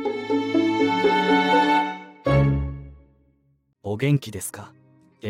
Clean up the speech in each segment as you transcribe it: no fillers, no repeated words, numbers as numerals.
お元気ですか？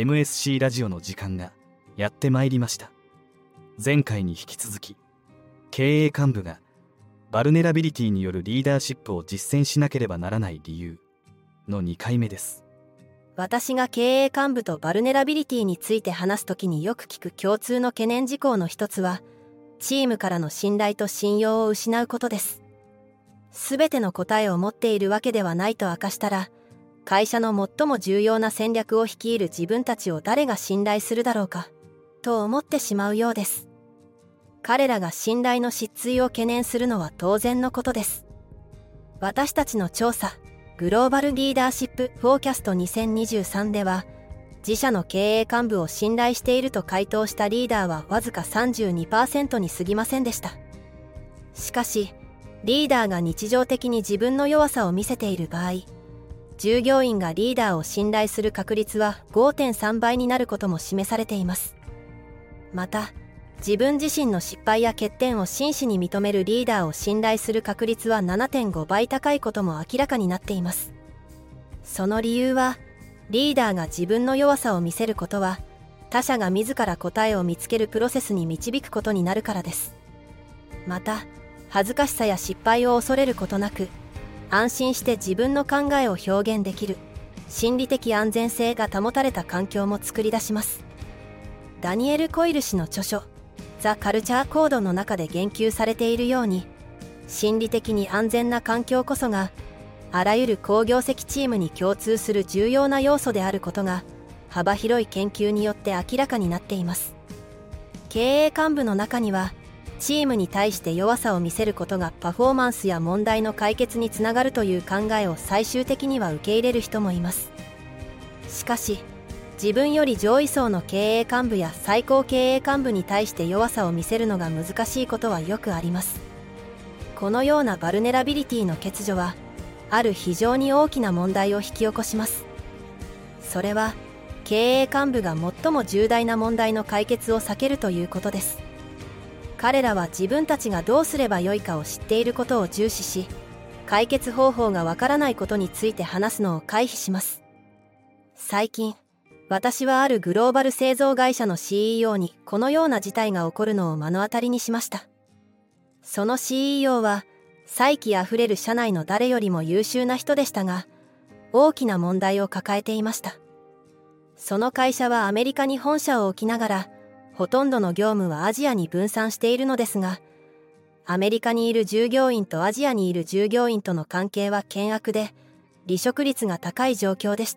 MSC ラジオの時間がやってまいりました。前回に引き続き、経営幹部がバルネラビリティによるリーダーシップを実践しなければならない理由の2回目です。 私が経営幹部とバルネラビリティについて話すときによく聞く共通の懸念事項の一つは、チームからの信頼と信用を失うことです。すべての答えを持っているわけではないと明かしたら、会社の最も重要な戦略を率いる自分たちを誰が信頼するだろうか、と思ってしまうようです。彼らが信頼の失墜を懸念するのは当然のことです。私たちの調査、グローバルリーダーシップフォーキャスト2023では、自社の経営幹部を信頼していると回答したリーダーはわずか 32% に過ぎませんでした。しかし、リーダーが日常的に自分の弱さを見せている場合、従業員がリーダーを信頼する確率は 5.3 倍になることも示されています。また、自分自身の失敗や欠点を真摯に認めるリーダーを信頼する確率は 7.5 倍高いことも明らかになっています。その理由は、リーダーが自分の弱さを見せることは、他者が自ら答えを見つけるプロセスに導くことになるからです。また、恥ずかしさや失敗を恐れることなく、安心して自分の考えを表現できる、心理的安全性が保たれた環境も作り出します。ダニエル・コイル氏の著書、ザ・カルチャー・コードの中で言及されているように、心理的に安全な環境こそが、あらゆる好業績チームに共通する重要な要素であることが、幅広い研究によって明らかになっています。経営幹部の中には、チームに対して弱さを見せることがパフォーマンスや問題の解決につながるという考えを最終的には受け入れる人もいます。しかし、自分より上位層の経営幹部や最高経営幹部に対して弱さを見せるのが難しいことはよくあります。このようなバルネラビリティの欠如は、ある非常に大きな問題を引き起こします。それは、経営幹部が最も重大な問題の解決を避けるということです。彼らは自分たちがどうすればよいかを知っていることを重視し、解決方法がわからないことについて話すのを回避します。最近、私はあるグローバル製造会社の CEO にこのような事態が起こるのを目の当たりにしました。その CEO は、才気あふれる社内の誰よりも優秀な人でしたが、大きな問題を抱えていました。その会社はアメリカに本社を置きながら、ほとんどの業務はアジアに分散しているのですが、アメリカにいる従業員とアジアにいる従業員との関係は険悪で、離職率が高い状況でした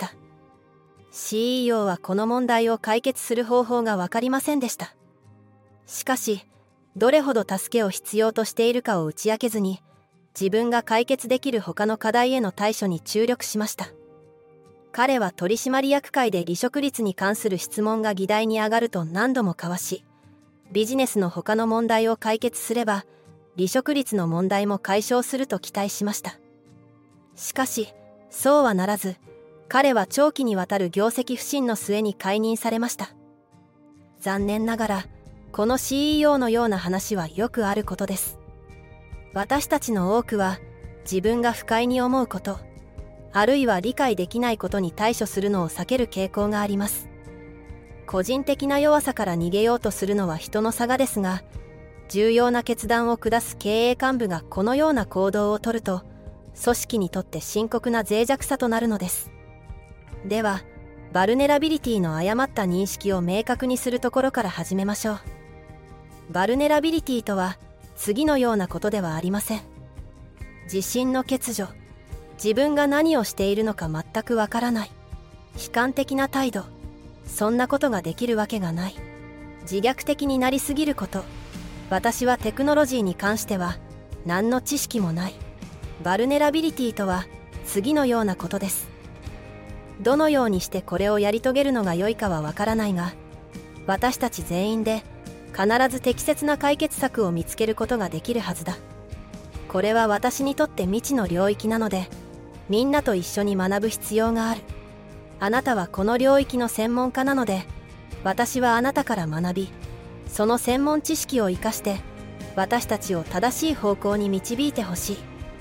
。CEO はこの問題を解決する方法が分かりませんでした。しかし、どれほど助けを必要としているかを打ち明けずに、自分が解決できる他の課題への対処に注力しました。彼は取締役会で離職率に関する質問が議題に上がると何度も交わし、ビジネスの他の問題を解決すれば、離職率の問題も解消すると期待しました。しかし、そうはならず、彼は長期にわたる業績不振の末に解任されました。残念ながら、この CEO のような話はよくあることです。私たちの多くは、自分が不快に思うこと、あるいは理解できないことに対処するのを避ける傾向があります。個人的な弱さから逃げようとするのは人の差ですが、重要な決断を下す経営幹部がこのような行動をとると、組織にとって深刻な脆弱さとなるのです。では、バルネラビリティの誤った認識を明確にするところから始めましょう。バルネラビリティとは、次のようなことではありません。自信の欠如、自分が何をしているのか全くわからない、悲観的な態度、そんなことができるわけがない、自虐的になりすぎること、私はテクノロジーに関しては何の知識もない。バルネラビリティとは次のようなことです。どのようにしてこれをやり遂げるのが良いかはわからないが、私たち全員で必ず適切な解決策を見つけることができるはずだ。これは私にとって未知の領域なので、みんなと一緒に学ぶ必要がある。あなたはこの領域の専門家なので、私はあなたから学び、その専門知識を生かして私たちを正しい方向に導いてほしい。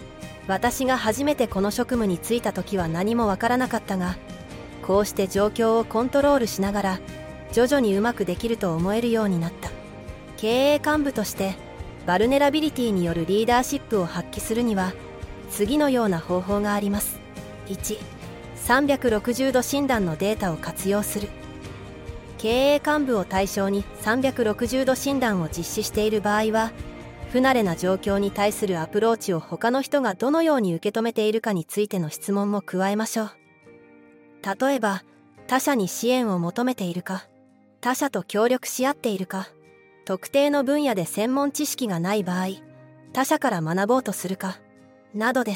私が初めてこの職務に就いた時は何もわからなかったが、こうして状況をコントロールしながら徐々にうまくできると思えるようになった。経営幹部としてバルネラビリティによるリーダーシップを発揮するには次のような方法があります。1、360度診断のデータを活用する。経営幹部を対象に360度診断を実施している場合は、不慣れな状況に対するアプローチを他の人がどのように受け止めているかについての質問も加えましょう。例えば、他者に支援を求めているか、他者と協力し合っているか、特定の分野で専門知識がない場合、他者から学ぼうとするか、などです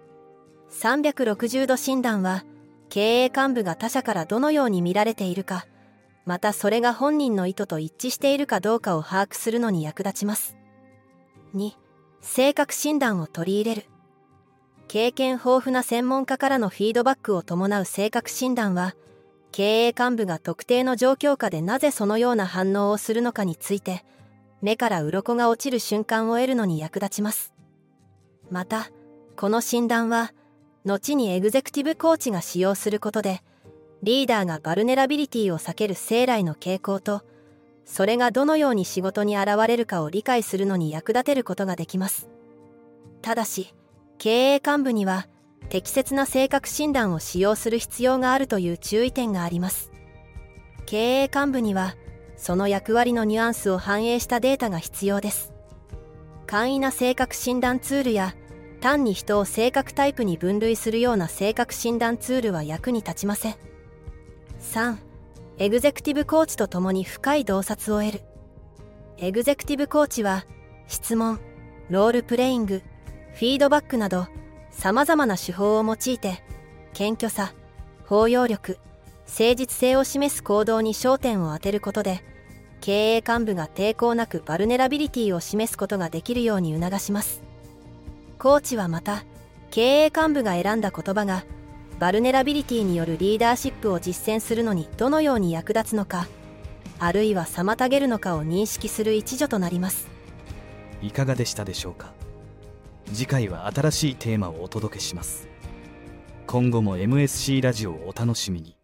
。360度診断は、経営幹部が他者からどのように見られているか、またそれが本人の意図と一致しているかどうかを把握するのに役立ちます。2、性格診断を取り入れる。経験豊富な専門家からのフィードバックを伴う性格診断は、経営幹部が特定の状況下でなぜそのような反応をするのかについて、目から鱗が落ちる瞬間を得るのに役立ちます。また、この診断は、後にエグゼクティブコーチが使用することで、リーダーがバルネラビリティを避ける生来の傾向と、それがどのように仕事に現れるかを理解するのに役立てることができます。ただし、経営幹部には適切な性格診断を使用する必要があるという注意点があります。経営幹部には、その役割のニュアンスを反映したデータが必要です。簡易な性格診断ツールや、単に人を性格タイプに分類するような性格診断ツールは役に立ちません。3、エグゼクティブコーチと共に深い洞察を得る。エグゼクティブコーチは、質問、ロールプレイング、フィードバックなど、様々な手法を用いて、謙虚さ、包容力、誠実性を示す行動に焦点を当てることで、経営幹部が抵抗なくバルネラビリティを示すことができるように促します。コーチはまた、経営幹部が選んだ言葉が、バルネラビリティによるリーダーシップを実践するのにどのように役立つのか、あるいは妨げるのかを認識する一助となります。 いかがでしたでしょうか。次回は新しいテーマをお届けします。今後も MSC ラジオをお楽しみに。